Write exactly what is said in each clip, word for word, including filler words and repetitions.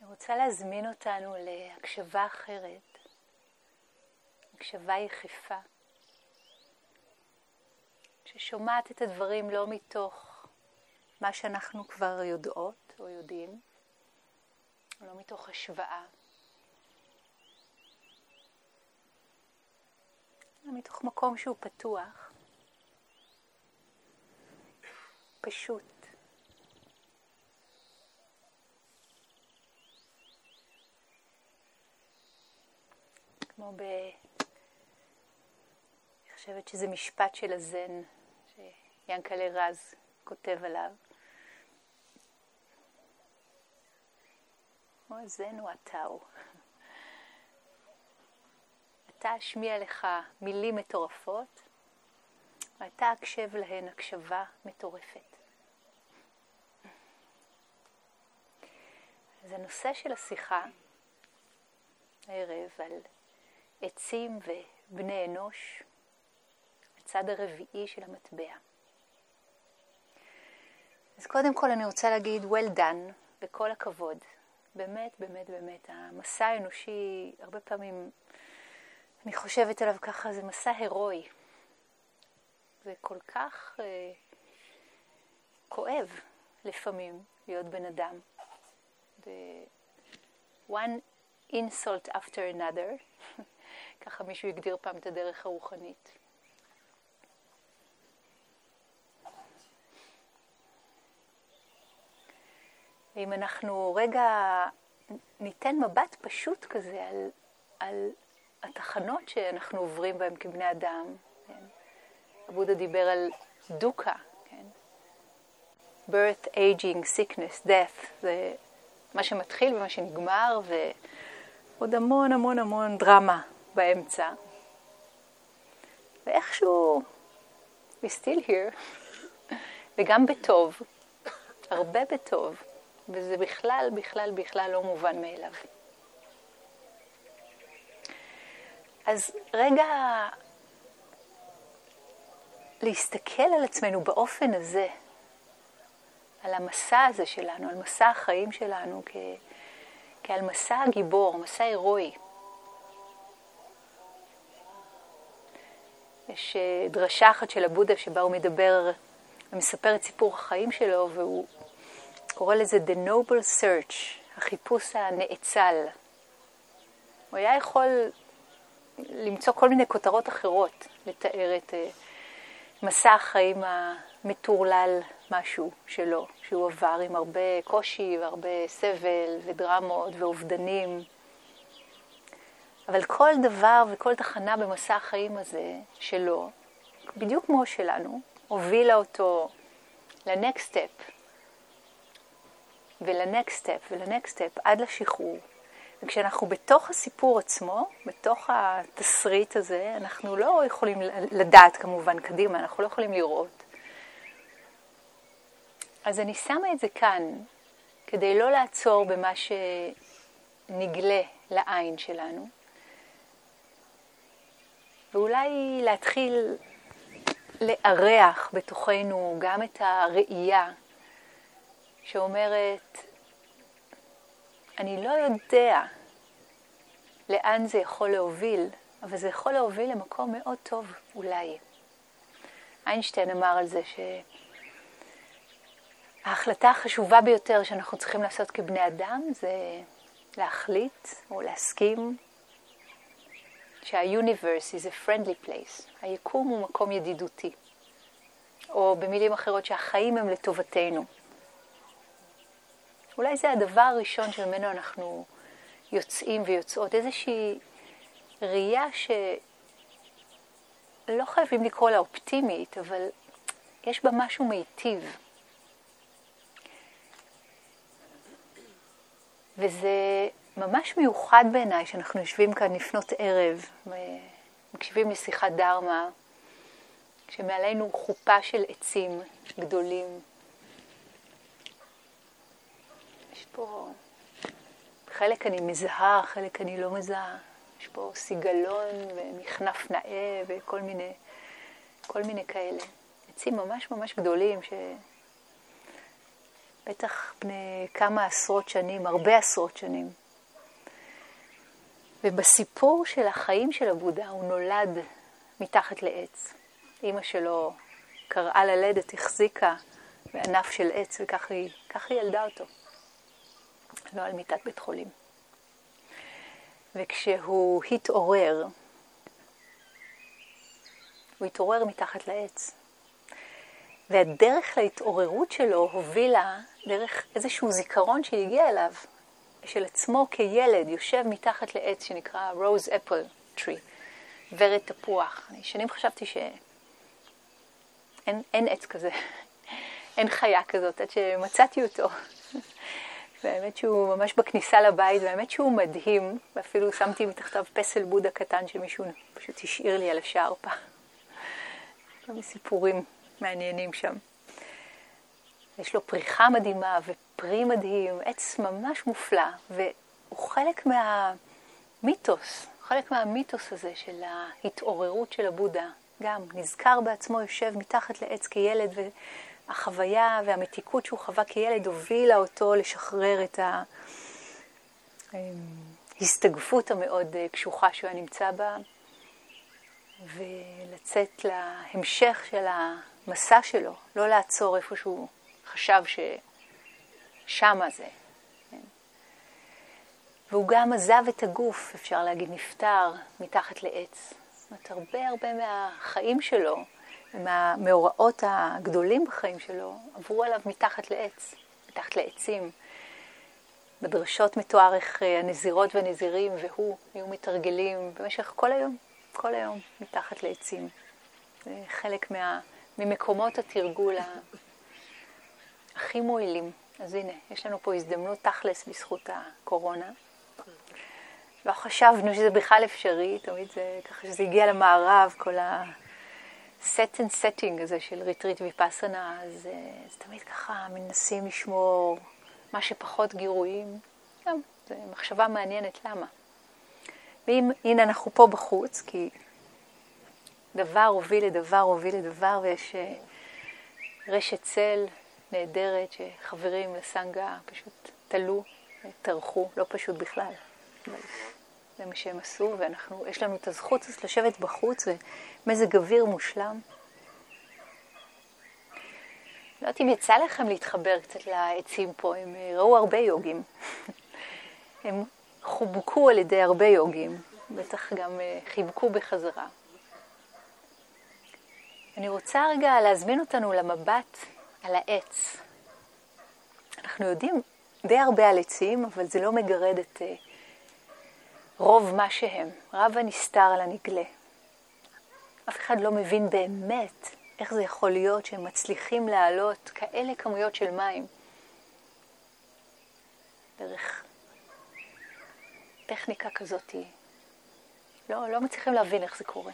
רוצה להזמין אותנו להקשבה אחרת, הקשבה יחיפה, ששומעת את הדברים לא מתוך מה שאנחנו כבר יודעות או יודעים, לא מתוך השוואה, אלא מתוך מקום שהוא פתוח, פשוט. כמו ב... אני חושבת שזה משפט של הזן, שיאנקלה רז כותב עליו. או הזן או הטאו. אתה אשמיע לך מילים מטורפות, ואתה אקשב להן הקשבה מטורפת. אז הנושא של השיחה הערב על עצים ובני אנוש, הצד הרביעי של המטבע. אז קודם כל אני רוצה להגיד well done, בכל הכבוד. באמת, באמת, באמת. המסע האנושי, הרבה פעמים אני חושבת עליו ככה, זה מסע הירואי. זה כל כך אה, כואב לפעמים להיות בן אדם. ו- one insult after another. ככה מישהו יגדיר פעם את הדרך הרוחנית. ואם אנחנו רגע ניתן מבט פשוט כזה על, על התחנות שאנחנו עוברים בהם כבני אדם, כן? הבודה דיבר על דוקה, כן? birth, aging, sickness, death, זה מה שמתחיל ומה שנגמר, ועוד המון המון המון דרמה באמצע. ואיכשהו we still here, וגם בטוב, הרבה בטוב, וזה בכלל, בכלל, בכלל לא מובן מאליו. אז רגע להסתכל על עצמנו באופן הזה, על המסע הזה שלנו, על מסע החיים שלנו, כ... כעל מסע הגיבור, מסע הירואי. יש דרשה אחת של הבודה שבה הוא מדבר ומספר את סיפור החיים שלו, והוא קורא לזה The Noble Search, החיפוש הנאצל. הוא היה יכול למצוא כל מיני כותרות אחרות, לתאר את מסע החיים המטורלל משהו שלו, שהוא עבר עם הרבה קושי והרבה סבל ודרמות ואובדנים. אבל כל דבר וכל תחנה במסע החיים הזה שלו, בדיוק כמו שלנו, הובילה אותו לנקסט סטפ, ולנקסט סטפ, ולנקסט סטפ, עד לשחרור. וכשאנחנו בתוך הסיפור עצמו, בתוך התסריט הזה, אנחנו לא יכולים לדעת כמובן קדימה, אנחנו לא יכולים לראות. אז אני שמה את זה כאן, כדי לא לעצור במה שנגלה לעין שלנו, ואולי להתחיל לארח בתוכנו גם את הראייה שאומרת, אני לא יודע לאן זה יכול להוביל, אבל זה יכול להוביל למקום מאוד טוב אולי. איינשטיין אמר על זה שההחלטה החשובה ביותר שאנחנו צריכים לעשות כבני אדם זה להחליט או להסכים שה-universe is a friendly place. היקום הוא מקום ידידותי. או במילים אחרות שהחיים הם לטובתנו. אולי זה הדבר הראשון שממנו אנחנו יוצאים ויוצאות. איזושהי ראייה שלא חייבים לקרוא לה אופטימית, אבל יש בה משהו מיטיב. וזה ממש מיוחד בעיניי שאנחנו יושבים כאן לפנות ערב, מקשיבים לשיחת דרמה, שמעלינו חופה של עצים גדולים. יש פה, חלק אני מזהה, חלק אני לא מזהה. יש פה סיגלון ומכנף נאה וכל מיני, כל מיני כאלה. עצים ממש ממש גדולים ש... בטח בני כמה עשרות שנים, הרבה עשרות שנים. ובסיפור של החיים של הבודה הוא נולד מתחת לעץ. אמא שלו קראה ללדת, החזיקה בענף של עץ, וכך היא, כך היא ילדה אותו. לא על מיטת בית חולים. וכשהוא התעורר, הוא התעורר מתחת לעץ. והדרך להתעוררות שלו הובילה דרך איזשהו זיכרון שהגיע אליו, של עצמו כילד, יושב מתחת לעץ שנקרא Rose Apple Tree, ורד תפוח. אני שנים חשבתי שאין אין עץ כזה, אין חיה כזאת, עד שמצאתי אותו. והאמת שהוא ממש בכניסה לבית, והאמת שהוא מדהים, ואפילו שמתי מתחתיו פסל בודה קטן שמישהו פשוט השאיר לי על השערפה. כמה סיפורים מעניינים שם. יש לו פריחה מדהימה ופרי מדהים, עץ ממש מופלא, והוא חלק מהמיתוס, חלק מהמיתוס הזה של ההתעוררות של הבודה. גם נזכר בעצמו, יושב מתחת לעץ כילד, והחוויה והמתיקות שהוא חווה כילד הובילה אותו לשחרר את ההסתגפות המאוד קשוחה שהוא נמצא בה, ולצאת להמשך של המסע שלו, לא לעצור איפה שהוא חשב ששמה זה. והוא גם עזב את הגוף, אפשר להגיד, נפטר מתחת לעץ. זאת אומרת, הרבה הרבה מהחיים שלו, מהמאורעות הגדולים בחיים שלו, עברו עליו מתחת לעץ, מתחת לעצים. בדרשות מתואר איך הנזירות והנזירים והוא היו מתרגלים במשך כל היום, כל היום מתחת לעצים. זה חלק מה, ממקומות התרגול הכי מועילים. אז הנה, יש לנו פה הזדמנות תכלס בזכות הקורונה. לא חשבנו שזה בכלל אפשרי, תמיד זה ככה שזה הגיע למערב, כל ה-set and setting הזה של ריטריט ויפאסנה, אז זה תמיד ככה מנסים לשמור מה שפחות גירויים. גם, זו מחשבה מעניינת למה. והנה אנחנו פה בחוץ, כי דבר הוביל לדבר הוביל לדבר, ויש רשת צל נהדרת שחברים לסנגה פשוט תלו, תרחו, לא פשוט בכלל. זה מה שהם עשו, ואנחנו, יש לנו את הזכות הזאת לשבת בחוץ, ומזג אוויר מושלם. לא יודעת אם יצא לכם להתחבר קצת לעצים פה, הם ראו הרבה יוגים. הם חובקו על ידי הרבה יוגים, בטח גם חיבקו בחזרה. אני רוצה רגע להזמין אותנו למבט על העץ. אנחנו יודעים די הרבה על עצים, אבל זה לא מגרד את רוב מה שהם. רב הנסתר על הנגלה. אף אחד לא מבין באמת איך זה יכול להיות שהם מצליחים לעלות כאלה כמויות של מים. דרך טכניקה כזאת. לא, לא מצליחים להבין איך זה קורה.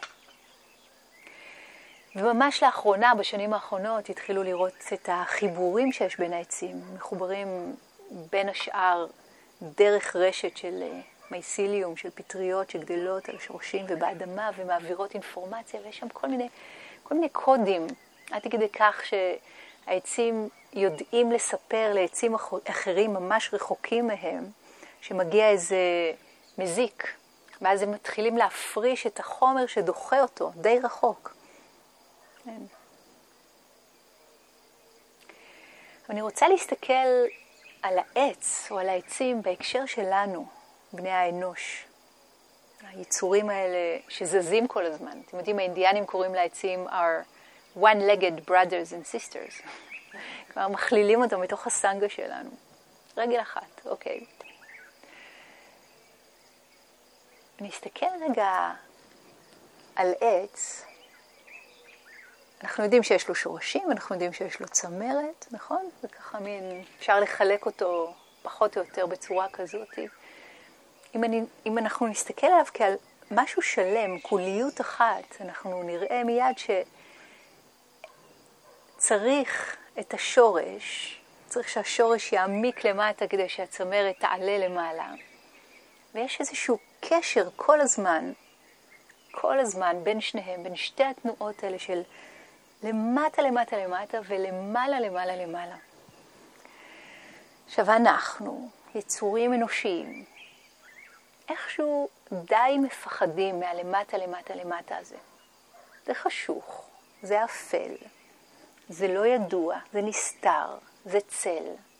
וממש לאחרונה, בשנים האחרונות, התחילו לראות את החיבורים שיש בין העצים. מחוברים בין השאר דרך רשת של מייסיליום, של פטריות שגדלות על שורשים ובאדמה ומעבירות אינפורמציה, ויש שם כל מיני, כל מיני קודים. עד כדי כך שהעצים יודעים לספר לעצים אחרים ממש רחוקים מהם, שמגיע איזה מזיק, ואז הם מתחילים להפריש את החומר שדוחה אותו, די רחוק. כן. אני רוצה להסתכל על העץ או על העצים בהקשר שלנו, בני האנוש. היצורים האלה שזזים כל הזמן. אתם יודעים, האינדיאנים קוראים לעצים are one-legged brothers and sisters. כבר מכלילים אותם מתוך הסנגה שלנו. רגל אחת, אוקיי. אני אסתכל רגע על עץ. אנחנו יודעים שיש לו שורשים, אנחנו יודעים שיש לו צמרת, נכון? וככה מין, אפשר לחלק אותו פחות או יותר בצורה כזאת. אם, אני, אם אנחנו נסתכל עליו כעל משהו שלם, כוליות אחת, אנחנו נראה מיד שצריך את השורש, צריך שהשורש יעמיק למטה כדי שהצמרת תעלה למעלה. ויש איזשהו קשר כל הזמן, כל הזמן בין שניהם, בין שתי התנועות האלה של למטה, למטה, למטה, ולמעלה, למעלה, למעלה. עכשיו אנחנו, יצורים אנושיים, איכשהו די מפחדים מהלמטה למטה למטה הזה. זה חשוך, זה אפל, זה לא ידוע, זה נסתר, זה צל.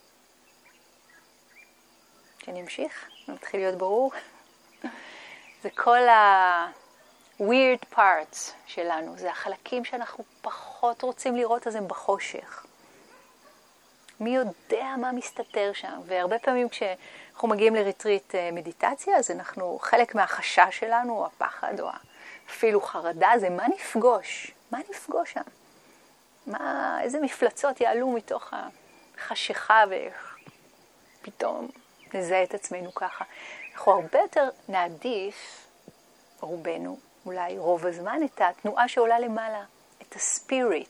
שנמשיך? מתחיל להיות ברור? זה כל ה-weird parts שלנו, זה החלקים שאנחנו פחות רוצים לראות, אז הם בחושך. מי יודע מה מסתתר שם? והרבה פעמים כשאנחנו מגיעים לריטריט מדיטציה, אז אנחנו, חלק מהחשש שלנו, או הפחד, או אפילו חרדה, זה מה נפגוש? מה נפגוש שם? מה, איזה מפלצות יעלו מתוך החשיכה ופתאום נזהה את עצמנו ככה. אנחנו הרבה יותר נעדיף, רובנו, אולי רוב הזמן, את התנועה שעולה למעלה, את הספיריט.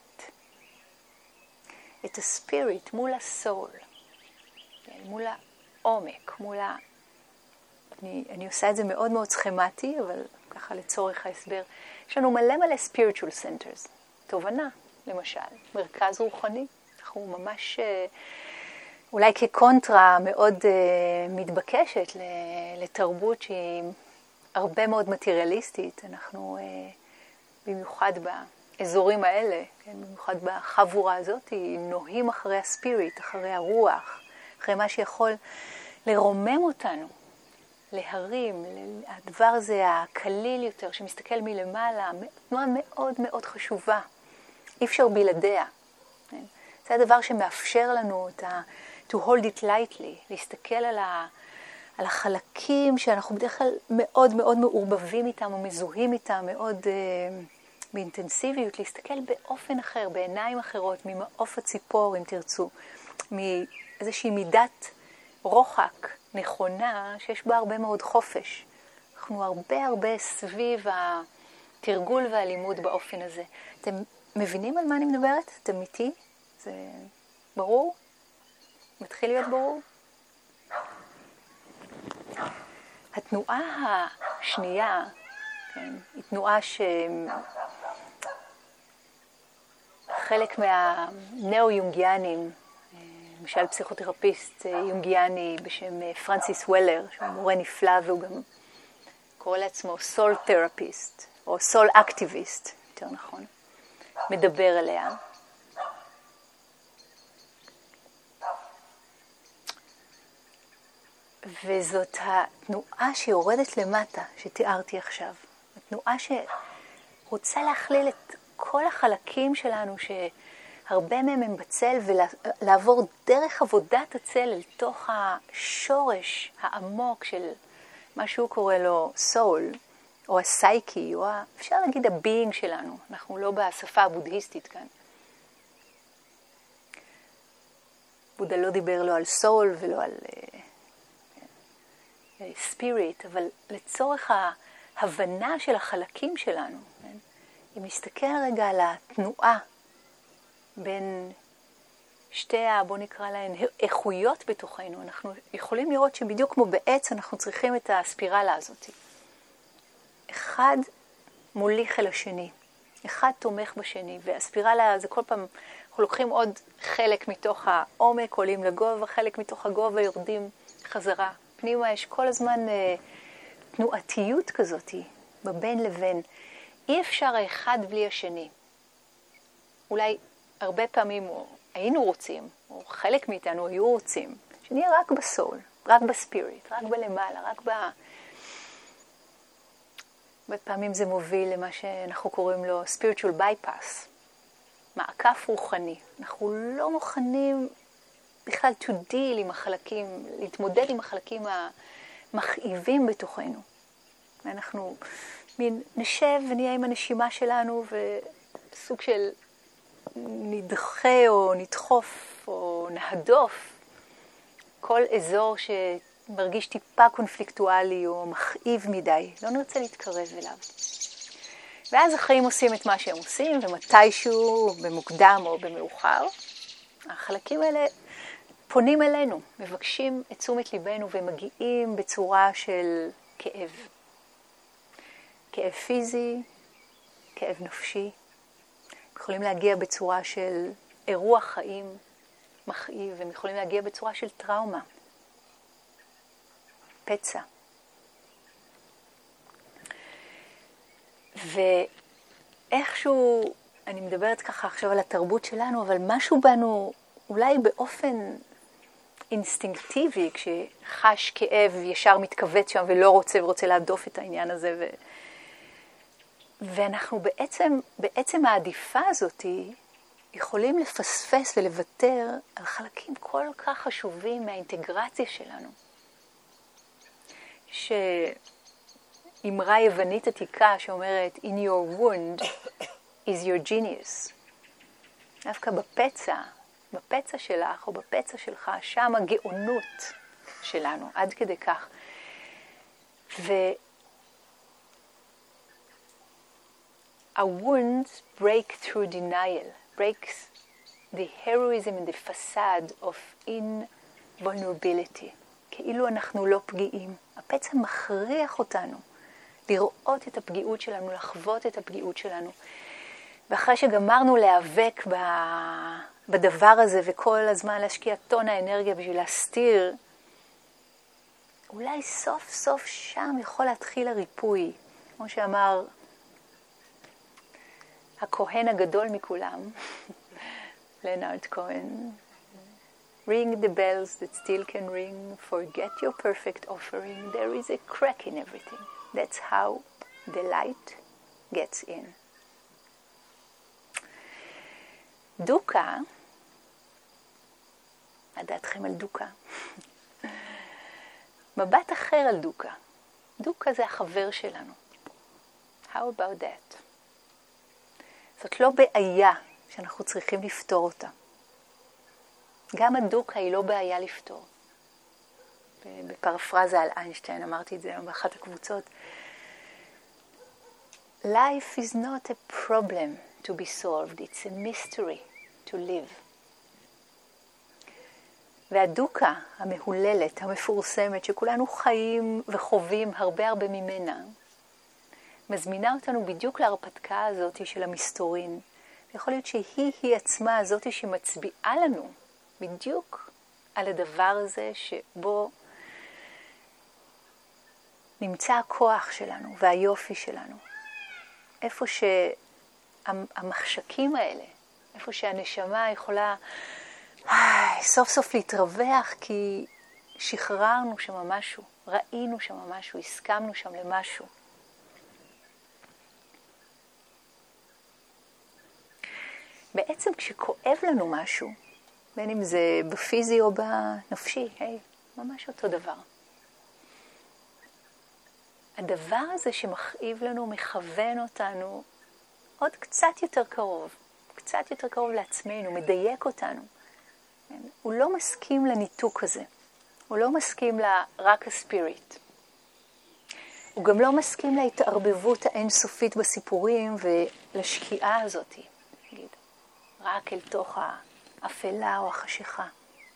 את הספיריט מול הסול, מול העומק, מול ה... אני, אני עושה את זה מאוד מאוד סכמטי, אבל ככה לצורך ההסבר. יש לנו מלא מלא spiritual centers. תובנה, למשל, מרכז רוחני. אנחנו ממש, אולי כקונטרה מאוד uh, מתבקשת לתרבות שהיא הרבה מאוד מטריאליסטית. אנחנו uh, במיוחד באזורים האלה, כן, במיוחד בחבורה הזאת, נוהים אחרי הספיריט, אחרי הרוח, אחרי מה שיכול לרומם אותנו, להרים. הדבר הזה הקליל יותר, שמסתכל מלמעלה, תנועה מאוד מאוד חשובה. אי אפשר בלעדיה. כן? זה הדבר שמאפשר לנו את ה... to hold it lightly, להסתכל על, ה... על החלקים שאנחנו בדרך כלל מאוד מאוד מעורבבים איתם או מזוהים איתם מאוד uh, באינטנסיביות, להסתכל באופן אחר, בעיניים אחרות, ממעוף הציפור, אם תרצו, מאיזושהי מידת רוחק נכונה שיש בה הרבה מאוד חופש. אנחנו הרבה הרבה סביב התרגול והלימוד באופן הזה. אתם מבינים על מה אני מדברת? אתם איתי? זה ברור? מתחיל להיות ברור? התנועה השנייה, כן, היא תנועה שחלק מהנאו-יונגיאנים, למשל פסיכותרפיסט יונגיאני בשם פרנסיס וולר, שהוא מורה נפלא והוא גם קורא לעצמו סול תרפיסט, או סול אקטיביסט, יותר נכון, מדבר עליה. וזאת התנועה שיורדת למטה, שתיארתי עכשיו. התנועה שרוצה להכליל את כל החלקים שלנו, שהרבה מהם הם בצל, ולעבור דרך עבודת הצל אל תוך השורש העמוק של מה שהוא קורא לו סול, או הסייקי, או ה... אפשר להגיד הביינג שלנו. אנחנו לא בשפה הבודהיסטית כאן. בודה לא דיבר לא על סול ולא על ספיריט, אבל לצורך ההבנה של החלקים שלנו, כן? אם נסתכל רגע על התנועה בין שתי, בוא נקרא להן, איכויות בתוכנו, אנחנו יכולים לראות שבדיוק כמו בעץ אנחנו צריכים את הספירלה הזאת. אחד מוליך אל השני, אחד תומך בשני, והספירלה זה כל פעם, אנחנו לוקחים עוד חלק מתוך העומק, עולים לגובה, חלק מתוך הגובה יורדים חזרה. פנימה יש כל הזמן אה, תנועתיות כזאת, בבין לבין. אי אפשר האחד בלי השני. אולי הרבה פעמים היינו רוצים, או חלק מאיתנו היו רוצים, שנהיה רק בסול, רק בספיריט, רק בלמעלה, רק ב... בפעמים זה מוביל למה שאנחנו קוראים לו spiritual bypass, מעקף רוחני. אנחנו לא מוכנים בכלל to deal עם החלקים, להתמודד עם החלקים המכאיבים בתוכנו. ואנחנו מין נשב ונהיה עם הנשימה שלנו, וסוג של נדחה או נדחוף או נהדוף כל אזור שמרגיש טיפה קונפליקטואלי או מכאיב מדי. לא נרצה להתקרב אליו. ואז החיים עושים את מה שהם עושים, ומתישהו, במוקדם או במאוחר, החלקים האלה פונים אלינו, מבקשים את תשומת ליבנו ומגיעים בצורה של כאב. כאב פיזי, כאב נפשי. יכולים להגיע בצורה של אירוע חיים, מכאיב, הם יכולים להגיע בצורה של טראומה, פצע. ואיכשהו, אני מדברת ככה עכשיו על התרבות שלנו, אבל משהו בנו אולי באופן אינסטינקטיבי, כשחש כאב ישר מתכווץ שם ולא רוצה ורוצה להדוף את העניין הזה. ו... ואנחנו בעצם, בעצם העדיפה הזאת יכולים לפספס ולוותר על חלקים כל כך חשובים מהאינטגרציה שלנו. שאמרה יוונית עתיקה שאומרת, in your wound is your genius. דווקא בפצע, בפצע שלך או בפצע שלך, שם הגאונות שלנו, עד כדי כך. ו... A wound break through denial, breaks the heroism and the facade of invulnerability. כאילו אנחנו לא פגיעים. הפצע מכריח אותנו לראות את הפגיעות שלנו, לחוות את הפגיעות שלנו. ואחרי שגמרנו להיאבק בדבר הזה וכל הזמן להשקיע טון האנרגיה בשביל להסתיר, אולי סוף סוף שם יכול להתחיל הריפוי. כמו שאמר הכהן הגדול מכולם, לנארד כהן, ring the bells that still can ring, forget your perfect offering, there is a crack in everything. That's how the light gets in. דוקה, מה דעתכם על דוקה? מבט אחר על דוקה. דוקה זה החבר שלנו. How about that? זאת לא בעיה שאנחנו צריכים לפתור אותה. גם הדוקה היא לא בעיה לפתור. בפרפרזה על איינשטיין, אמרתי את זה באחת הקבוצות. Life is not a problem to be solved, it's a mystery to live. והדוקה המהוללת, המפורסמת, שכולנו חיים וחווים הרבה הרבה ממנה, מזמינה אותנו בדיוק להרפתקה הזאת של המסתורין. יכול להיות שהיא היא עצמה הזאת שמצביעה לנו בדיוק על הדבר הזה שבו נמצא הכוח שלנו והיופי שלנו. איפה שהמחשקים האלה, איפה שהנשמה יכולה איי, סוף סוף להתרווח כי שחררנו שם משהו, ראינו שם משהו, הסכמנו שם למשהו. בעצם כשכואב לנו משהו, בין אם זה בפיזי או בנפשי, היי, ממש אותו דבר. הדבר הזה שמכאיב לנו, מכוון אותנו עוד קצת יותר קרוב, קצת יותר קרוב לעצמנו, מדייק אותנו. הוא לא מסכים לניתוק הזה, הוא לא מסכים רק הספיריט. הוא גם לא מסכים להתערבבות האינסופית בסיפורים ולשקיעה הזאת, נגיד, רק אל תוך האפלה או החשיכה.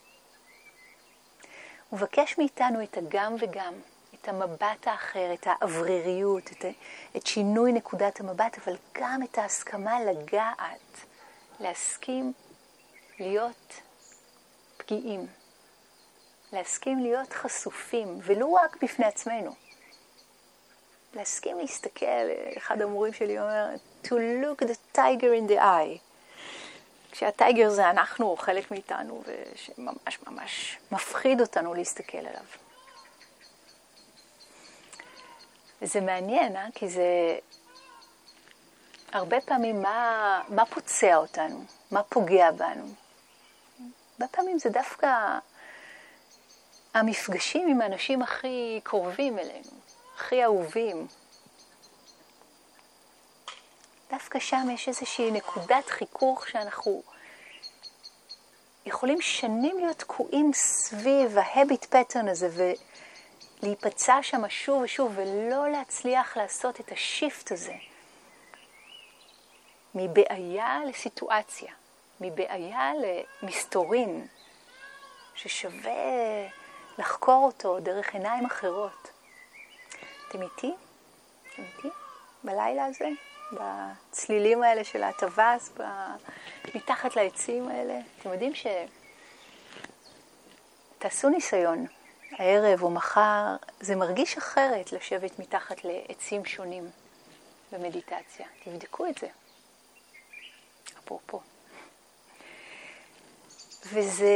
הוא מבקש מאיתנו את הגם וגם, את המבט האחר, את האווריריות, את, את שינוי נקודת המבט, אבל גם את ההסכמה לגעת, להסכים להיות פגיעים, להסכים להיות חשופים, ולא רק בפני עצמנו. להסכים להסתכל, אחד המורים שלי אומר, to look the tiger in the eye. כשהטייגר זה אנחנו או חלק מאיתנו, ושממש ממש מפחיד אותנו להסתכל עליו. וזה מעניין, אה? כי זה הרבה פעמים מה, מה פוצע אותנו, מה פוגע בנו. הרבה פעמים זה דווקא המפגשים עם האנשים הכי קרובים אלינו, הכי אהובים. דווקא שם יש איזושהי נקודת חיכוך שאנחנו יכולים שנים להיות תקועים סביב ההביט פטרן הזה ולהיפצע שם שוב ושוב ולא להצליח לעשות את השיפט הזה מבעיה לסיטואציה, מבעיה למסתורין ששווה לחקור אותו דרך עיניים אחרות. אתם איתי? אתם איתי? בלילה הזה? בצלילים האלה של הטווס, מתחת לעצים האלה. אתם יודעים תעשו ניסיון, הערב או מחר, זה מרגיש אחרת לשבת מתחת לעצים שונים במדיטציה. תבדקו את זה. אפרופו. וזה...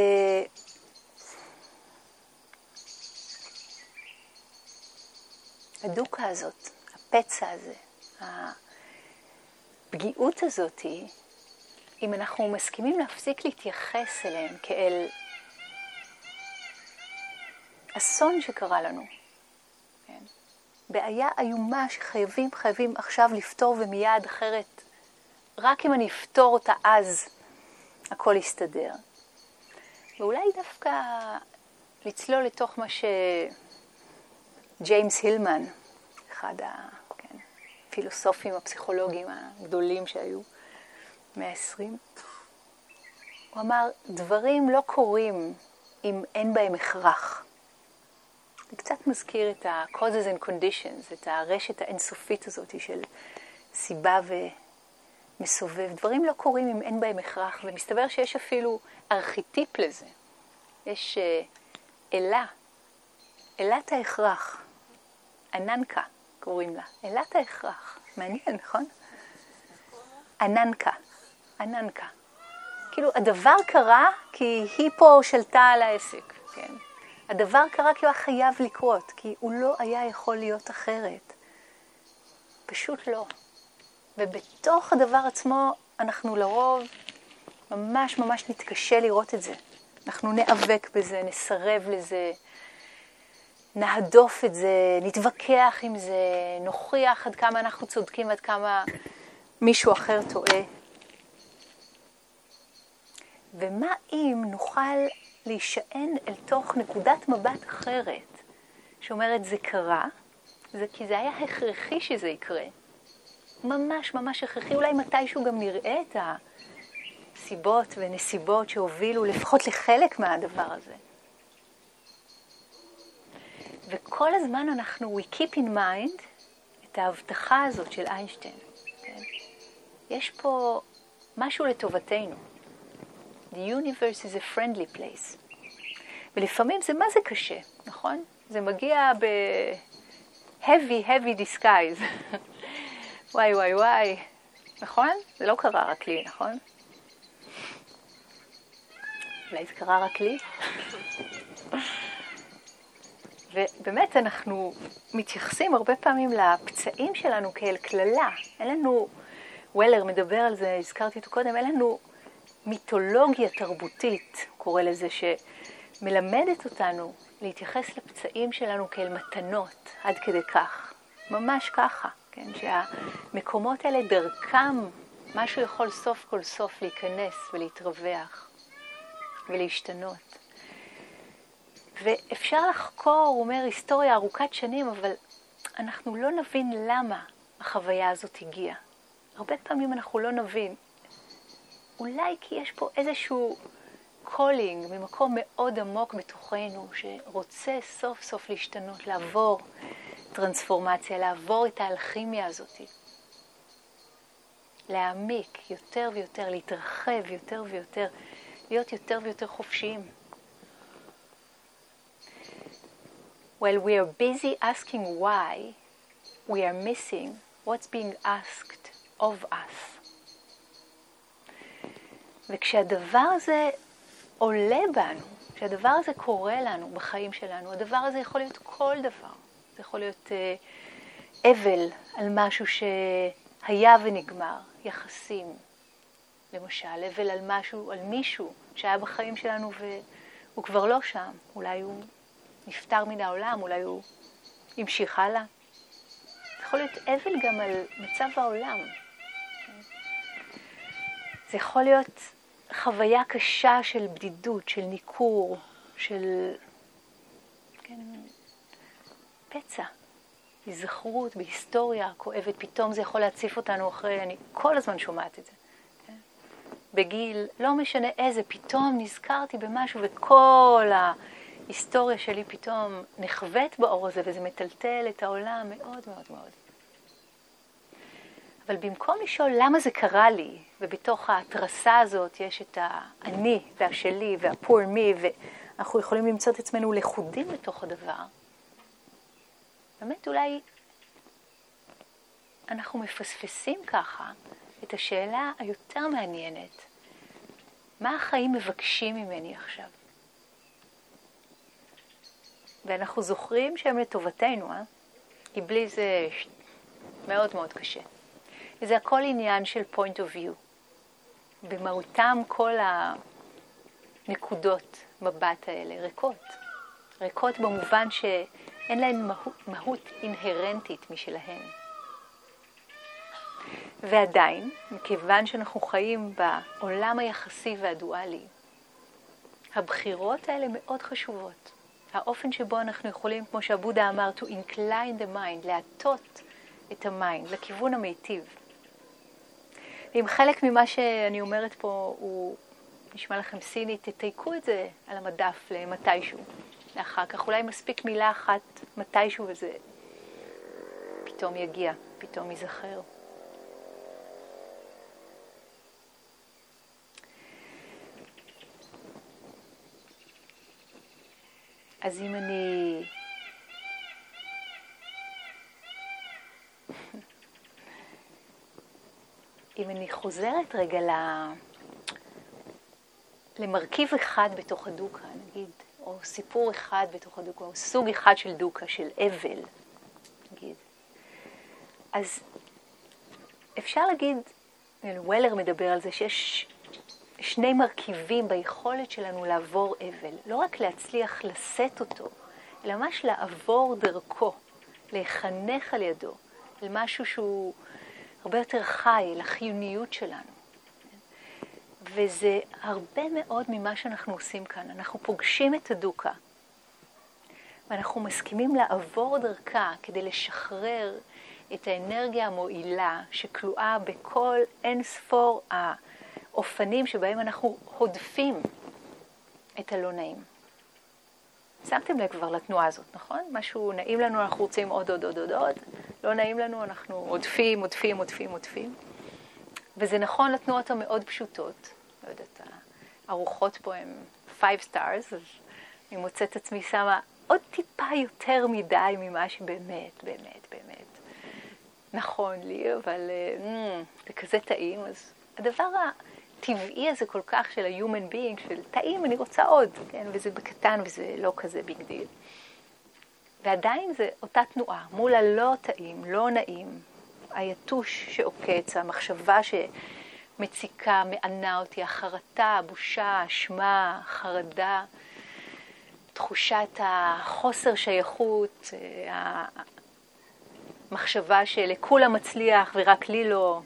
הדוקה הזאת, הפצע הזה, הפגיעות הזאת, אם אנחנו מסכימים להפסיק להתייחס אליהם כאל אסון שקרה לנו, כן? בעיה איומה שחייבים, חייבים עכשיו לפתור ומיד אחרת, רק אם אני אפתור אותה אז הכל יסתדר. ואולי דווקא לצלול לתוך מה שג'יימס הילמן, אחד הפילוסופים הפסיכולוגיים הגדולים שהיו מאה ועשרים, הוא אמר, דברים לא קורים אם אין בהם הכרח. זה קצת מזכיר את ה-causes and conditions, את הרשת האינסופית הזאת של סיבה ומסובב. דברים לא קורים אם אין בהם הכרח, ומסתבר שיש אפילו ארכיטיפ לזה. יש אלה, אלת ההכרח, אננקה קוראים לה, אלת ההכרח. מעניין, נכון? אננקה, אננקה. כאילו הדבר קרה כי היא פה שלטה על העסק, כן? הדבר קרה כי הוא היה חייב לקרות, כי הוא לא היה יכול להיות אחרת. פשוט לא. ובתוך הדבר עצמו אנחנו לרוב ממש ממש נתקשה לראות את זה. אנחנו נאבק בזה, נסרב לזה, נהדוף את זה, נתווכח עם זה, נוכיח עד כמה אנחנו צודקים, עד כמה מישהו אחר טועה. ומה אם נוכל להישען אל תוך נקודת מבט אחרת, שאומרת זה קרה, זה כי זה היה הכרחי שזה יקרה. ממש ממש הכרחי, אולי מתישהו גם נראה את הסיבות ונסיבות שהובילו לפחות לחלק מהדבר הזה. וכל הזמן אנחנו, we keep in mind את ההבטחה הזאת של איינשטיין. כן? יש פה משהו לטובתנו. The universe is a friendly place. ולפעמים זה מה זה קשה, נכון? זה מגיע ב-heavy, heavy disguise. וואי, וואי, וואי. נכון? זה לא קרה רק לי, נכון? אולי זה קרה רק לי? ובאמת אנחנו מתייחסים הרבה פעמים לפצעים שלנו כאל כללה. אין לנו, וולר מדבר על זה, הזכרתי אותו קודם, אין לנו מיתולוגיה תרבותית, קורא לזה, שמלמדת אותנו להתייחס לפצעים שלנו כאל מתנות, עד כדי כך. ממש ככה, כן? שהמקומות האלה דרכם, משהו יכול סוף כל סוף להיכנס ולהתרווח ולהשתנות. ואפשר לחקור, הוא אומר, היסטוריה ארוכת שנים, אבל אנחנו לא נבין למה החוויה הזאת הגיעה. הרבה פעמים אנחנו לא נבין. אולי כי יש פה איזשהו קולינג ממקום מאוד עמוק בתוכנו, שרוצה סוף סוף להשתנות, לעבור טרנספורמציה, לעבור את האלכימיה הזאת. להעמיק יותר ויותר, להתרחב יותר ויותר, להיות יותר ויותר חופשיים. While we are busy asking why, we are missing what's being asked of us. וכשהדבר הזה עולה בנו, כשהדבר הזה קורה לנו בחיים שלנו, הדבר הזה יכול להיות כל דבר. זה יכול להיות uh, אבל על משהו שהיה ונגמר, יחסים, למשל, אבל על משהו, על מישהו שהיה בחיים שלנו והוא כבר לא שם. אולי הוא נפטר מן העולם, אולי הוא המשיך הלאה. יכול להיות אבל גם על מצב העולם. זה יכול להיות חוויה קשה של בדידות, של ניכור, של כן, פצע, הזכרות, בהיסטוריה כואבת. פתאום זה יכול להציף אותנו אחרי, אני כל הזמן שומעת את זה. כן? בגיל, לא משנה איזה, פתאום נזכרתי במשהו וכל ההיסטוריה שלי פתאום נחוות באור הזה, וזה מטלטל את העולם מאוד מאוד מאוד. אבל במקום לשאול למה זה קרה לי, ובתוך התרסה הזאת יש את האני והשלי והpoor me, אנחנו יכולים למצוא את עצמנו לכודים בתוך הדבר. באמת אולי אנחנו מפספסים ככה את השאלה היותר מעניינת. מה החיים מבקשים ממני עכשיו? ואנחנו זוכרים שהם לטובתנו, אה? כי בלי זה מאוד מאוד קשה. וזה הכל עניין של point of view. במהותם כל הנקודות מבט האלה ריקות. ריקות במובן שאין להן מהות, מהות אינהרנטית משלהן. ועדיין, מכיוון שאנחנו חיים בעולם היחסי והדואלי, הבחירות האלה מאוד חשובות. האופן שבו אנחנו יכולים, כמו שהבודה אמר, to incline the mind, להטות את המיינד לכיוון המיטיב. אם חלק ממה שאני אומרת פה הוא נשמע לכם סינית, תתייקו את זה על המדף למתישהו. לאחר כך אולי מספיק מילה אחת מתישהו וזה פתאום יגיע, פתאום ייזכר. אז אם אני אם אני חוזרת רגע ל... למרכיב אחד בתוך הדוקה, נגיד, או סיפור אחד בתוך הדוקה, או סוג אחד של דוקה, של אבל, נגיד. אז אפשר להגיד, וולר מדבר על זה, שיש שני מרכיבים ביכולת שלנו לעבור אבל. לא רק להצליח לשאת אותו, אלא ממש לעבור דרכו, להיחנך על ידו, על משהו שהוא הרבה יותר חי, לחיוניות שלנו. וזה הרבה מאוד ממה שאנחנו עושים כאן. אנחנו פוגשים את הדוקה, ואנחנו מסכימים לעבור דרכה כדי לשחרר את האנרגיה המועילה שכלואה בכל אין ספור האופנים שבהם אנחנו הודפים את הלא נעים. שמתם לב כבר לתנועה הזאת, נכון? משהו נעים לנו, אנחנו רוצים עוד, עוד, עוד, עוד, עוד. לא נעים לנו, אנחנו עודפים, עודפים, עודפים, עודפים. וזה נכון לתנועות המאוד פשוטות. לא יודעת, הארוחות פה הן five stars, אז אני מוצאת עצמי שמה עוד טיפה יותר מדי ממה שבאמת, באמת, באמת נכון לי, אבל mm, זה כזה טעים. אז הדבר הטבעי הזה כל כך של ה-human being, של טעים, אני רוצה עוד, כן? וזה בקטן וזה לא כזה ביג דיל. ועדיין זה אותה תנועה, מול הלא טעים, לא נעים, היתוש שעוקץ, המחשבה שמציקה, מענה אותי, החרטה, הבושה, האשמה, חרדה, תחושת החוסר שייכות, המחשבה שלכולם מצליח ורק לי לא.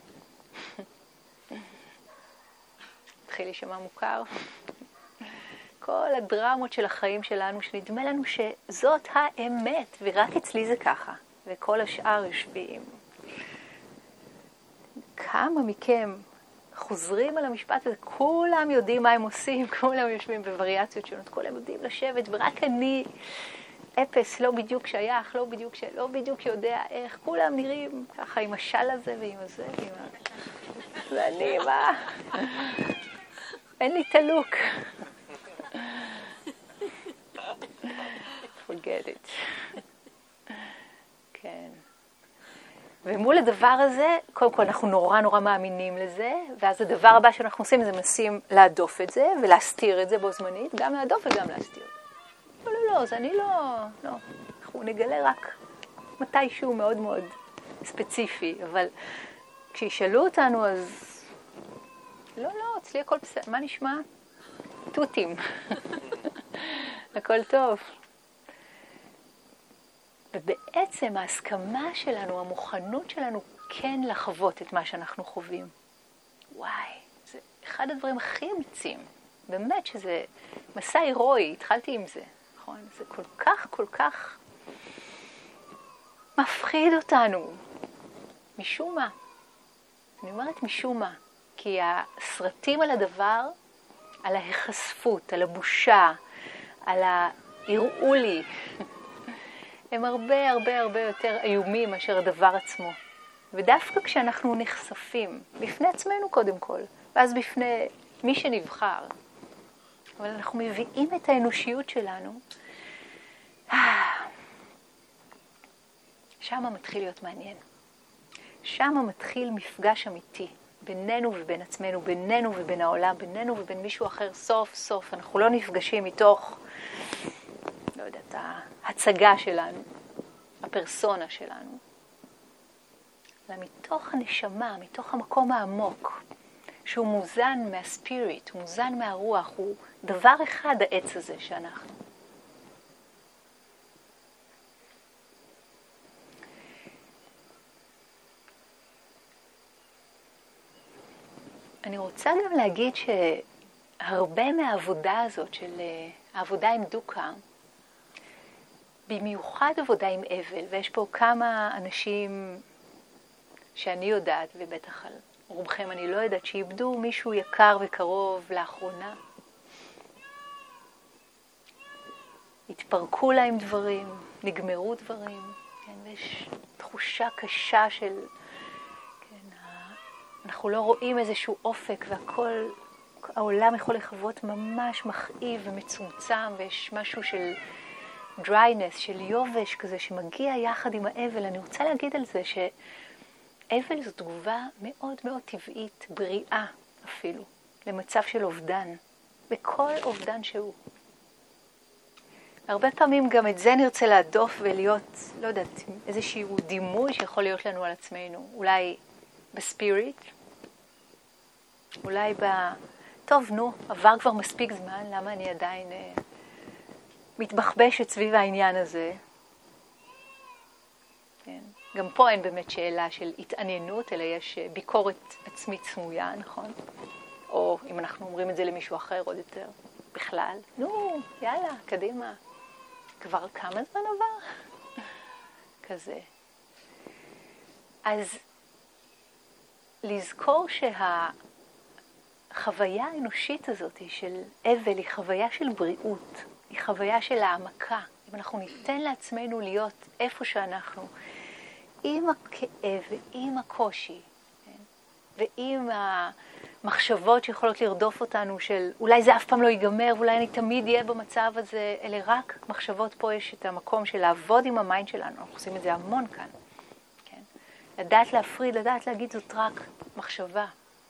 התחיל להישמע מוכר. כל הדרמות של החיים שלנו, שנדמה לנו שזאת האמת, ורק אצלי זה ככה, וכל השאר יושבים. כמה מכם חוזרים על המשפט הזה, כולם יודעים מה הם עושים, כולם יושבים בווריאציות שונות, כולם יודעים לשבת, ורק אני אפס, לא בדיוק שייך, לא בדיוק, ש... לא בדיוק יודע איך, כולם נראים ככה עם השל הזה ועם הזה, ועם ה... ואני, מה? אין לי תלוק. forget it. כן. ומול הדבר הזה, קודם כל אנחנו נורא נורא מאמינים לזה, ואז הדבר הבא שאנחנו עושים זה מנסים להדוף את זה, ולהסתיר את זה בו זמנית, גם להדוף וגם להסתיר. לא, לא, לא, אז אני לא, לא. אנחנו נגלה רק מתישהו מאוד מאוד ספציפי, אבל כשישאלו אותנו אז, לא, לא, אצלי הכל בסדר, מה נשמע? טוטים. הכל טוב. ובעצם ההסכמה שלנו, המוכנות שלנו כן לחוות את מה שאנחנו חווים. וואי, זה אחד הדברים הכי אמיצים. באמת שזה מסע הירואי, התחלתי עם זה, נכון? זה כל כך, כל כך מפחיד אותנו. משום מה. אני אומרת משום מה. כי הסרטים על הדבר, על ההיחשפות, על הבושה, על ההראו לי, הם הרבה הרבה הרבה יותר איומים מאשר הדבר עצמו. ודווקא כשאנחנו נחשפים, בפני עצמנו קודם כל, ואז בפני מי שנבחר, אבל אנחנו מביאים את האנושיות שלנו, שם מתחיל להיות מעניין. שם מתחיל מפגש אמיתי בינינו ובין עצמנו, בינינו ובין העולם, בינינו ובין מישהו אחר. סוף סוף אנחנו לא נפגשים מתוך, לא יודעת, ההצגה שלנו, הפרסונה שלנו, אלא מתוך הנשמה, מתוך המקום העמוק, שהוא מוזן מהספיריט, הוא מוזן מהרוח, הוא דבר אחד העץ הזה שאנחנו. אני רוצה גם להגיד שהרבה מהעבודה הזאת, של העבודה עם דוקה, במיוחד עבודה עם אבל, ויש פה כמה אנשים שאני יודעת, ובטח על רובכם אני לא יודעת, שאיבדו מישהו יקר וקרוב לאחרונה. התפרקו להם דברים, נגמרו דברים, כן? ויש תחושה קשה של, כן, אנחנו לא רואים איזשהו אופק, והכל, העולם יכול לחוות ממש מכאיב ומצומצם, ויש משהו של דריינס, של יובש כזה, שמגיע יחד עם האבל. אני רוצה להגיד על זה שאבל זו תגובה מאוד מאוד טבעית, בריאה אפילו, למצב של אובדן, בכל אובדן שהוא. הרבה פעמים גם את זה נרצה להדוף ולהיות, לא יודעת, איזשהו דימוי שיכול להיות לנו על עצמנו. אולי בספיריט, אולי ב... טוב, נו, עבר כבר מספיק זמן, למה אני עדיין אה, מתבחבשת סביב העניין הזה? כן. גם פה אין באמת שאלה של התעניינות, אלא יש ביקורת עצמית סמויה, נכון? או אם אנחנו אומרים את זה למישהו אחר עוד יותר, בכלל, נו, יאללה, קדימה. כבר כמה זמן עבר? כזה. אז לזכור שהחוויה האנושית הזאת של אבל היא חוויה של בריאות, היא חוויה של העמקה. אם אנחנו ניתן לעצמנו להיות איפה שאנחנו, עם הכאב ועם הקושי, כן? ועם המחשבות שיכולות לרדוף אותנו של אולי זה אף פעם לא ייגמר, אולי אני תמיד אהיה במצב הזה, אלה רק מחשבות. פה יש את המקום של לעבוד עם המיינד שלנו, אנחנו עושים את זה המון כאן. כן? לדעת להפריד, לדעת להגיד זאת רק מחשבה.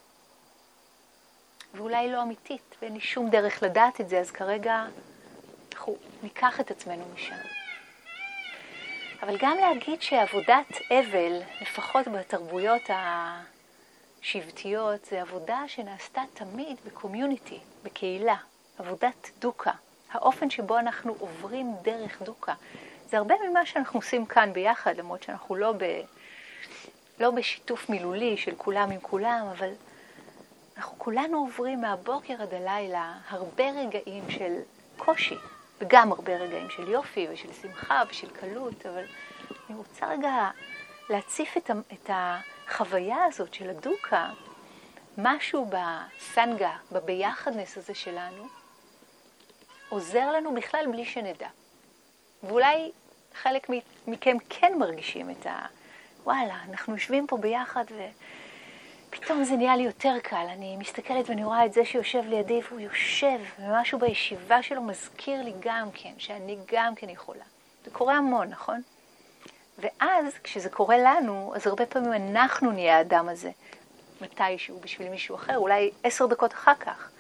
ואולי לא אמיתית, ואין לי שום דרך לדעת את זה, אז כרגע אנחנו ניקח את עצמנו משם. אבל גם להגיד שעבודת אבל, לפחות בתרבויות השבטיות, זה עבודה שנעשתה תמיד בקומיוניטי, בקהילה, עבודת דוקה. האופן שבו אנחנו עוברים דרך דוקה. זה הרבה ממה שאנחנו עושים כאן ביחד, למרות שאנחנו לא, ב, לא בשיתוף מילולי של כולם עם כולם, אבל אנחנו כולנו עוברים מהבוקר עד הלילה הרבה רגעים של קושי, וגם הרבה רגעים של יופי ושל שמחה ושל קלות, אבל אני רוצה רגע להציף את, את החוויה הזאת של הדוקה, משהו בסנגה, בביחדנס הזה שלנו, עוזר לנו בכלל בלי שנדע. ואולי חלק מכם כן מרגישים את ה... וואלה, אנחנו יושבים פה ביחד ופתאום זה נהיה לי יותר קל. אני מסתכלת ואני רואה את זה שיושב לידי והוא יושב, ומשהו בישיבה שלו מזכיר לי גם כן, שאני גם כן יכולה. זה קורה המון, נכון? ואז כשזה קורה לנו, אז הרבה פעמים אנחנו נהיה האדם הזה, מתישהו בשביל מישהו אחר, אולי עשר דקות אחר כך.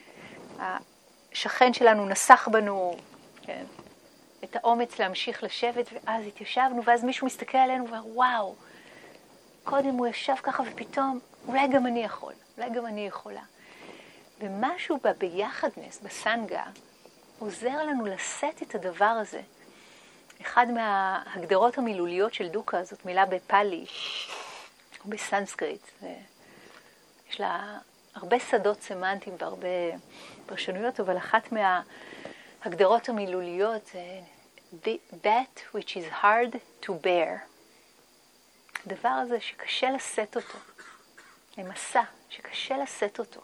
השכן שלנו נסח בנו, כן, את האומץ להמשיך לשבת, ואז התיישבנו, ואז מישהו מסתכל עלינו ואומר, וואו, קודם הוא ישב ככה ופתאום, אולי גם אני יכול, אולי גם אני יכולה. ומשהו בביחדנס, בסנגה, עוזר לנו לשאת את הדבר הזה. אחד מההגדרות המילוליות של דוקה, זאת מילה בפאלי, או בסנסקריט. יש לה הרבה שדות סמנטיים והרבה פרשנויות, אבל אחת מההגדרות המילוליות זה that which is hard to bear. הדבר הזה שקשה לשאת אותו. המסע שקשה לשאת אותו.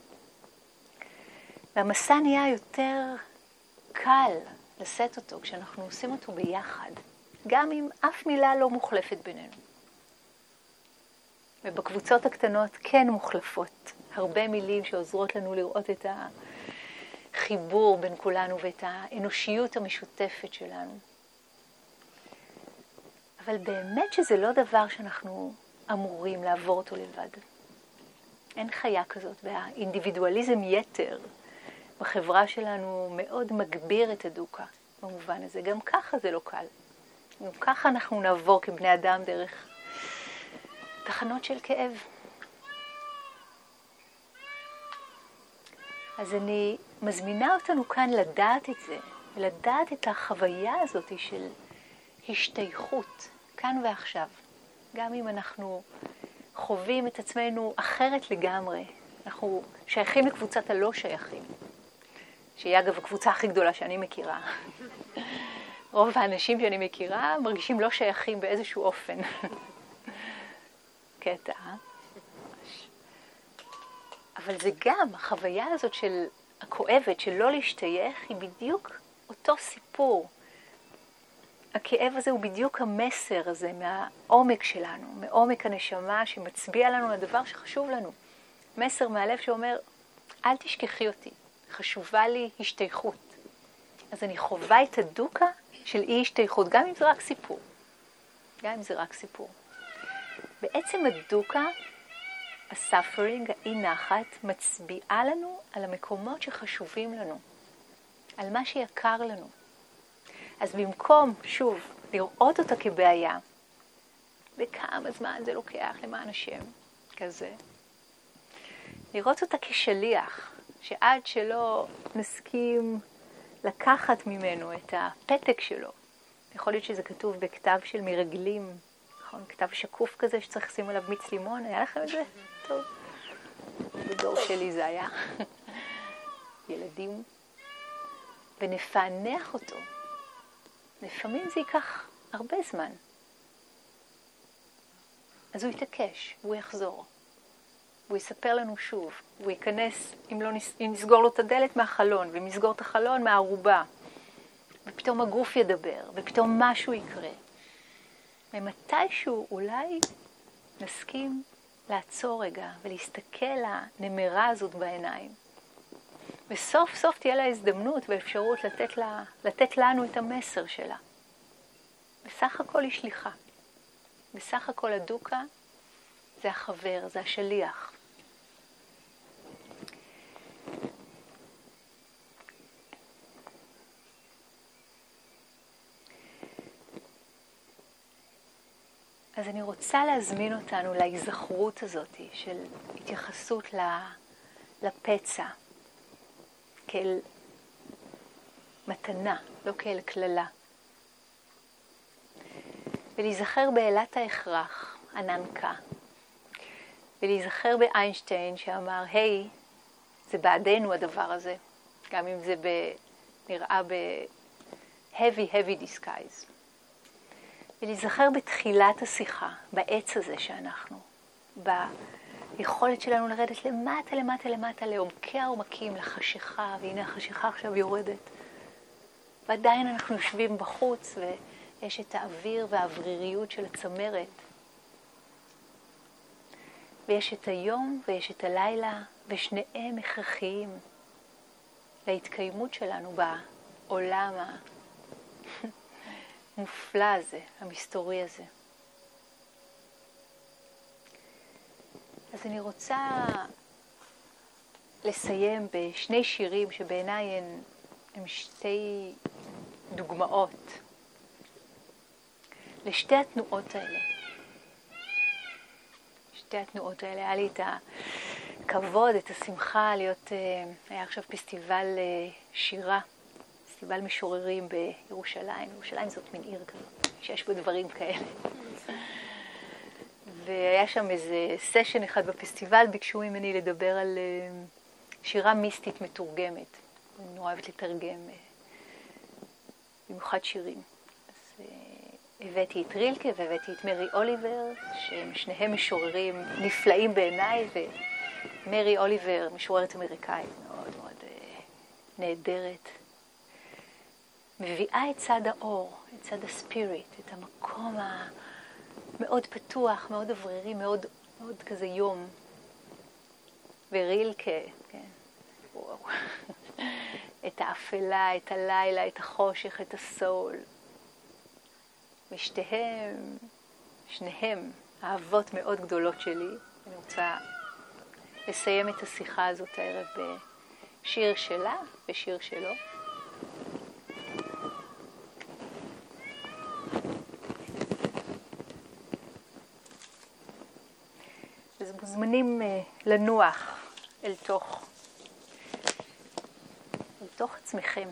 והמסע נהיה יותר קל לשאת אותו כשאנחנו עושים אותו ביחד, גם אם אף מילה לא מוחלפת בינינו. ובקבוצות הקטנות כן מוחלפות הרבה מילים שעוזרות לנו לראות את החיבור בין כולנו ואת האנושיות המשותפת שלנו. אבל באמת שזה לא דבר שאנחנו אמורים לעבור אותו לבד. אין חיה כזאת, והאינדיבידואליזם יתר בחברה שלנו מאוד מגביר את הדוקה במובן הזה. גם ככה זה לא קל. גם ככה אנחנו נעבור כבני אדם דרך תחנות של כאב. אז אני מזמינה אותנו כאן לדעת את זה, לדעת את החוויה הזאת של השתייכות, כאן ועכשיו. גם אם אנחנו חווים את עצמנו אחרת לגמרי, אנחנו שייכים לקבוצת הלא שייכים, שהיא אגב הקבוצה הכי גדולה שאני מכירה. רוב האנשים שאני מכירה מרגישים לא שייכים באיזשהו אופן. קטע, אבל זה גם, החוויה הזאת של הכואבת, של לא להשתייך, היא בדיוק אותו סיפור. הכאב הזה הוא בדיוק המסר הזה מהעומק שלנו, מעומק הנשמה שמצביע לנו לדבר שחשוב לנו. מסר מהלב שאומר, אל תשכחי אותי, חשובה לי השתייכות. אז אני חווה את הדוקה של אי השתייכות, גם אם זה רק סיפור. גם אם זה רק סיפור. בעצם הדוקה, הסאפרינג, האי נחת, מצביעה לנו על המקומות שחשובים לנו, על מה שיקר לנו. אז במקום, שוב, לראות אותה כבעיה, וכמה זמן זה לוקח למען השם, כזה, לראות אותה כשליח, שעד שלא נסכים לקחת ממנו את הפתק שלו, יכול להיות שזה כתוב בכתב של מרגלים, נכון? כתב שקוף כזה שצריך לשים עליו מיץ לימון, היה לכם את זה? טוב. בדור שלי זה היה. ילדים. ונפענח אותו. לפעמים זה ייקח הרבה זמן. אז הוא יתעקש, הוא יחזור. הוא יספר לנו שוב. הוא ייכנס, אם, לא נס... אם נסגור לו את הדלת מהחלון, ואם נסגור את החלון מהערובה. ופתאום הגוף ידבר, ופתאום משהו יקרה. ומתישהו אולי נסכים לעצור רגע ולהסתכל לנמרה הזאת בעיניים. וסוף סוף תהיה לה הזדמנות ואפשרות לתת, לה, לתת לנו את המסר שלה. בסך הכל היא שליחה. בסך הכל הדוקה זה החבר, זה השליח. אז אני רוצה להזמין אותנו להיזכרות הזאת של התייחסות לפצע כאל מתנה, לא כאל כללה. ולהיזכר באלת ההכרח, הננקה. ולהיזכר באיינשטיין שאמר, היי, זה בעדנו הדבר הזה, גם אם זה ב, נראה ב-heavy, heavy disguise. ולהיזכר בתחילת השיחה, בעץ הזה שאנחנו, ביכולת שלנו לרדת למטה, למטה, למטה, לעומקי העומקים, לחשיכה, והנה החשיכה עכשיו יורדת. ועדיין אנחנו יושבים בחוץ, ויש את האוויר והאווריריות של הצמרת. ויש את היום ויש את הלילה, ושניהם הכרחיים להתקיימות שלנו בעולם ה... מופלא הזה, המסתורי הזה. אז אני רוצה לסיים בשני שירים שבעיניי הם, הם שתי דוגמאות לשתי התנועות האלה. שתי התנועות האלה, היה לי את הכבוד, את השמחה להיות, היה עכשיו פסטיבל שירה, פסטיבל משוררים בירושלים. ירושלים זאת מין עיר כזאת, שיש בו דברים כאלה. והיה שם איזה סשן אחד בפסטיבל, ביקשו ממני לדבר על שירה מיסטית מתורגמת. אני נורא אוהבת לתרגם, במיוחד שירים. אז הבאתי את רילקה והבאתי את מרי אוליבר, שהם שניהם משוררים נפלאים בעיניי, ומרי אוליבר, משוררת אמריקאית מאוד מאוד נהדרת. מביאה את צד האור, את צד הספיריט, את המקום המאוד פתוח, מאוד אוורירי, מאוד, מאוד כזה יום. ורילקה, כן, וואו. את האפלה, את הלילה, את החושך, את הסול. ושתיהם, שניהם, אהבות מאוד גדולות שלי. אני רוצה לסיים את השיחה הזאת הערב בשיר שלה ושיר שלו. אז מוזמנים לנוח אל תוך, אל תוך עצמכם.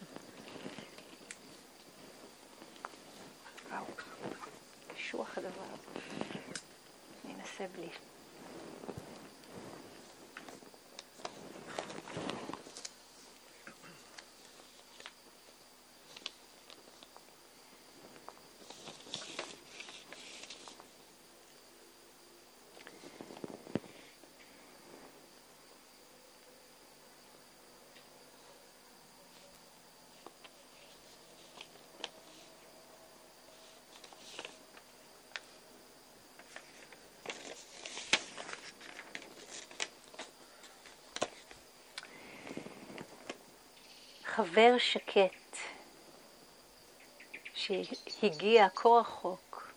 וואו, קשוח הדבר הזה. אני אנסה בלי. חבר שקט שהגיע כה רחוק,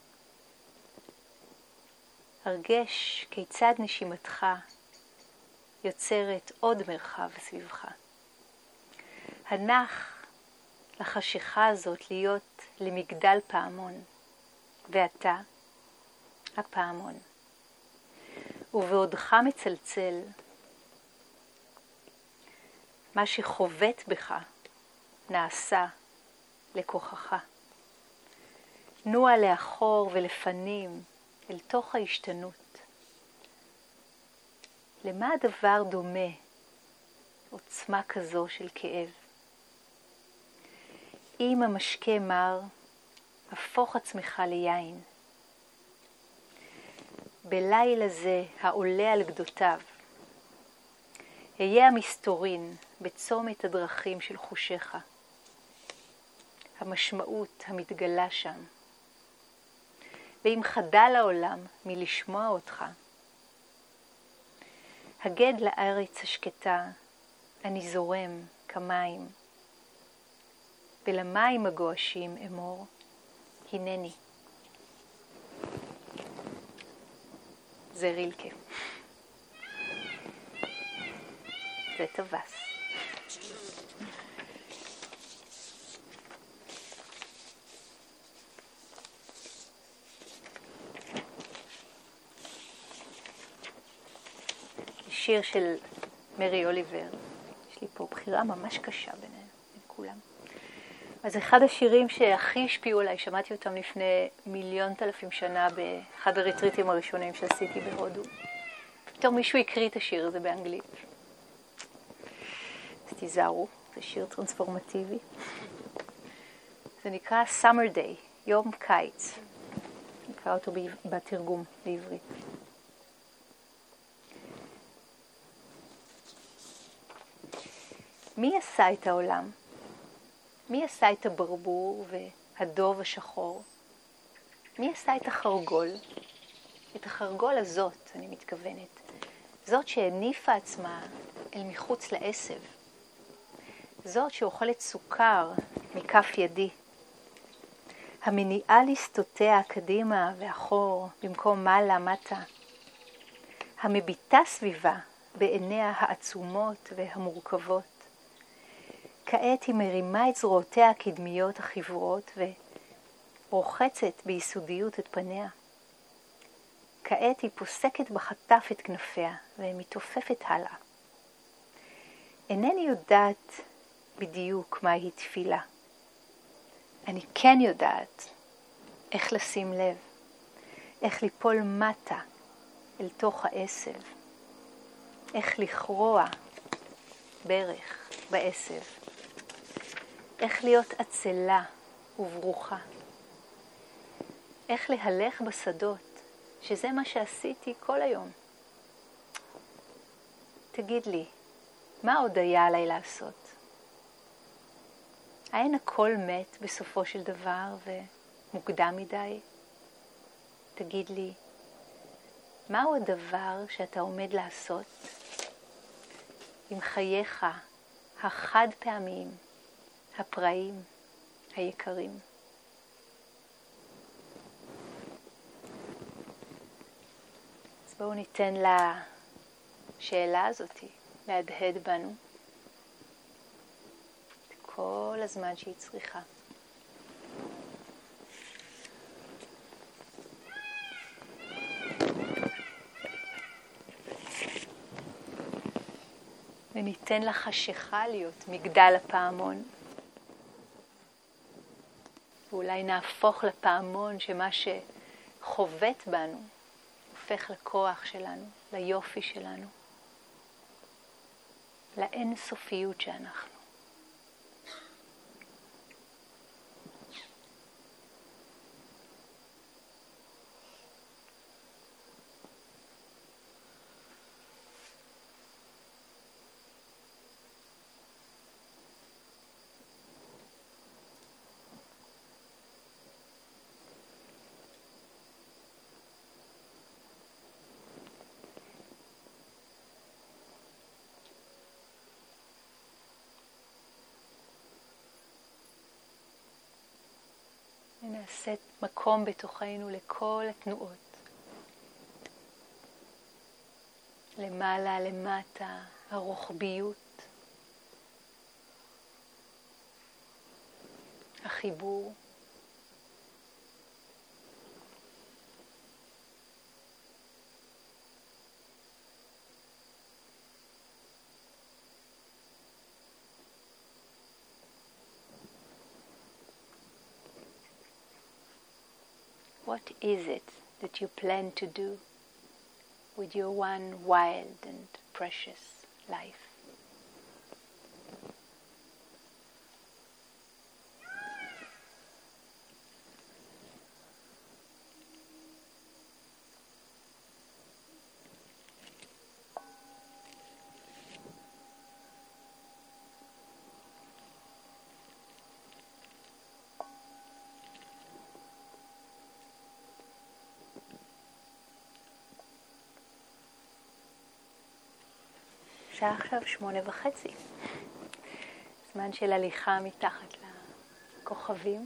הרגש כיצד נשימתך יוצרת עוד מרחב סביבך. הנח לחשיכה הזאת להיות למגדל פעמון, ואתה הפעמון. ובעודך מצלצל, מה שחובט בך נעשה לכוחך. נוע לאחור ולפנים אל תוך ההשתנות. למה הדבר דומה עוצמה כזו של כאב? אם המשקה מר, הפוך עצמך ליין. בלילה זה העולה על גדותיו, היה המסתורין בצומת הדרכים של חושך. המשמעות המתגלה שם. ואם חדל העולם מלשמוע אותך, הגד לארץ השקטה, אני זורם כמים. ולמים הגועשים אמור, הנני. זה רילקה. זה טווס. שיר של מרי אוליבר. יש לי פה בחירה ממש קשה ביניהם, בין כולם. אז אחד השירים שהכי השפיעו עליי, שמעתי אותם לפני מיליון אלפים שנה באחד הריטריטים הראשונים שעשיתי בהודו. פתאום מישהו הקריא את השיר הזה באנגלית. אז תיזהרו, זה שיר טרנספורמטיבי. זה נקרא Summer Day, יום קיץ. נקרא אותו בתרגום לעברית. מי עשה את העולם? מי עשה את הברבור והדוב השחור? מי עשה את החרגול? את החרגול הזאת, אני מתכוונת. זאת שהניפה עצמה אל מחוץ לעשב. זאת שאוכלת סוכר מכף ידי. המניעה לסטותיה קדימה ואחור במקום מעלה מטה. המביטה סביבה בעיניה העצומות והמורכבות. כעת היא מרימה את זרועותיה הקדמיות החברות ורוחצת ביסודיות את פניה. כעת היא פוסקת בחטף את כנפיה ומתעופפת הלאה. אינני יודעת בדיוק מהי תפילה. אני כן יודעת איך לשים לב, איך ליפול מטה אל תוך העשב, איך לכרוע ברך בעשב, איך להיות עצלה וברוכה, איך להלך בשדות, שזה מה שעשיתי כל היום. תגיד לי, מה עוד היה עליי לעשות? האין הכל מת בסופו של דבר ומוקדם מדי? תגיד לי, מהו הדבר שאתה עומד לעשות עם חייך החד פעמיים, הפראיים, היקרים. אז בואו ניתן לשאלה הזאת להדהד בנו כל הזמן שהיא צריכה. וניתן לחשיכה להיות מגדל הפעמון. ואולי נהפוך לפעמון שמה שחובט בנו הופך לכוח שלנו, ליופי שלנו, לאינסופיות שאנחנו. ונעשה מקום בתוכנו לכל התנועות. למעלה, למטה, הרוחביות, החיבור. What is it that you plan to do with your one wild and precious life? שעה עכשיו שמונה וחצי. זמן של הליכה מתחת לכוכבים.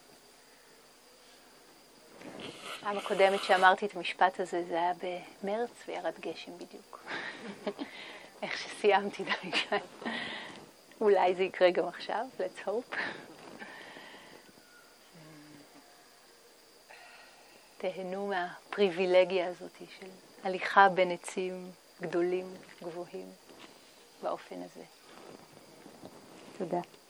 פעם הקודמת שאמרתי את המשפט הזה, זה היה במרץ וירד גשם בדיוק. איך שסיימתי את המשפט. אולי זה יקרה גם עכשיו, let's hope. תהנו מהפריבילגיה הזאת של הליכה בין עצים גדולים, גבוהים. באופן הזה. תודה.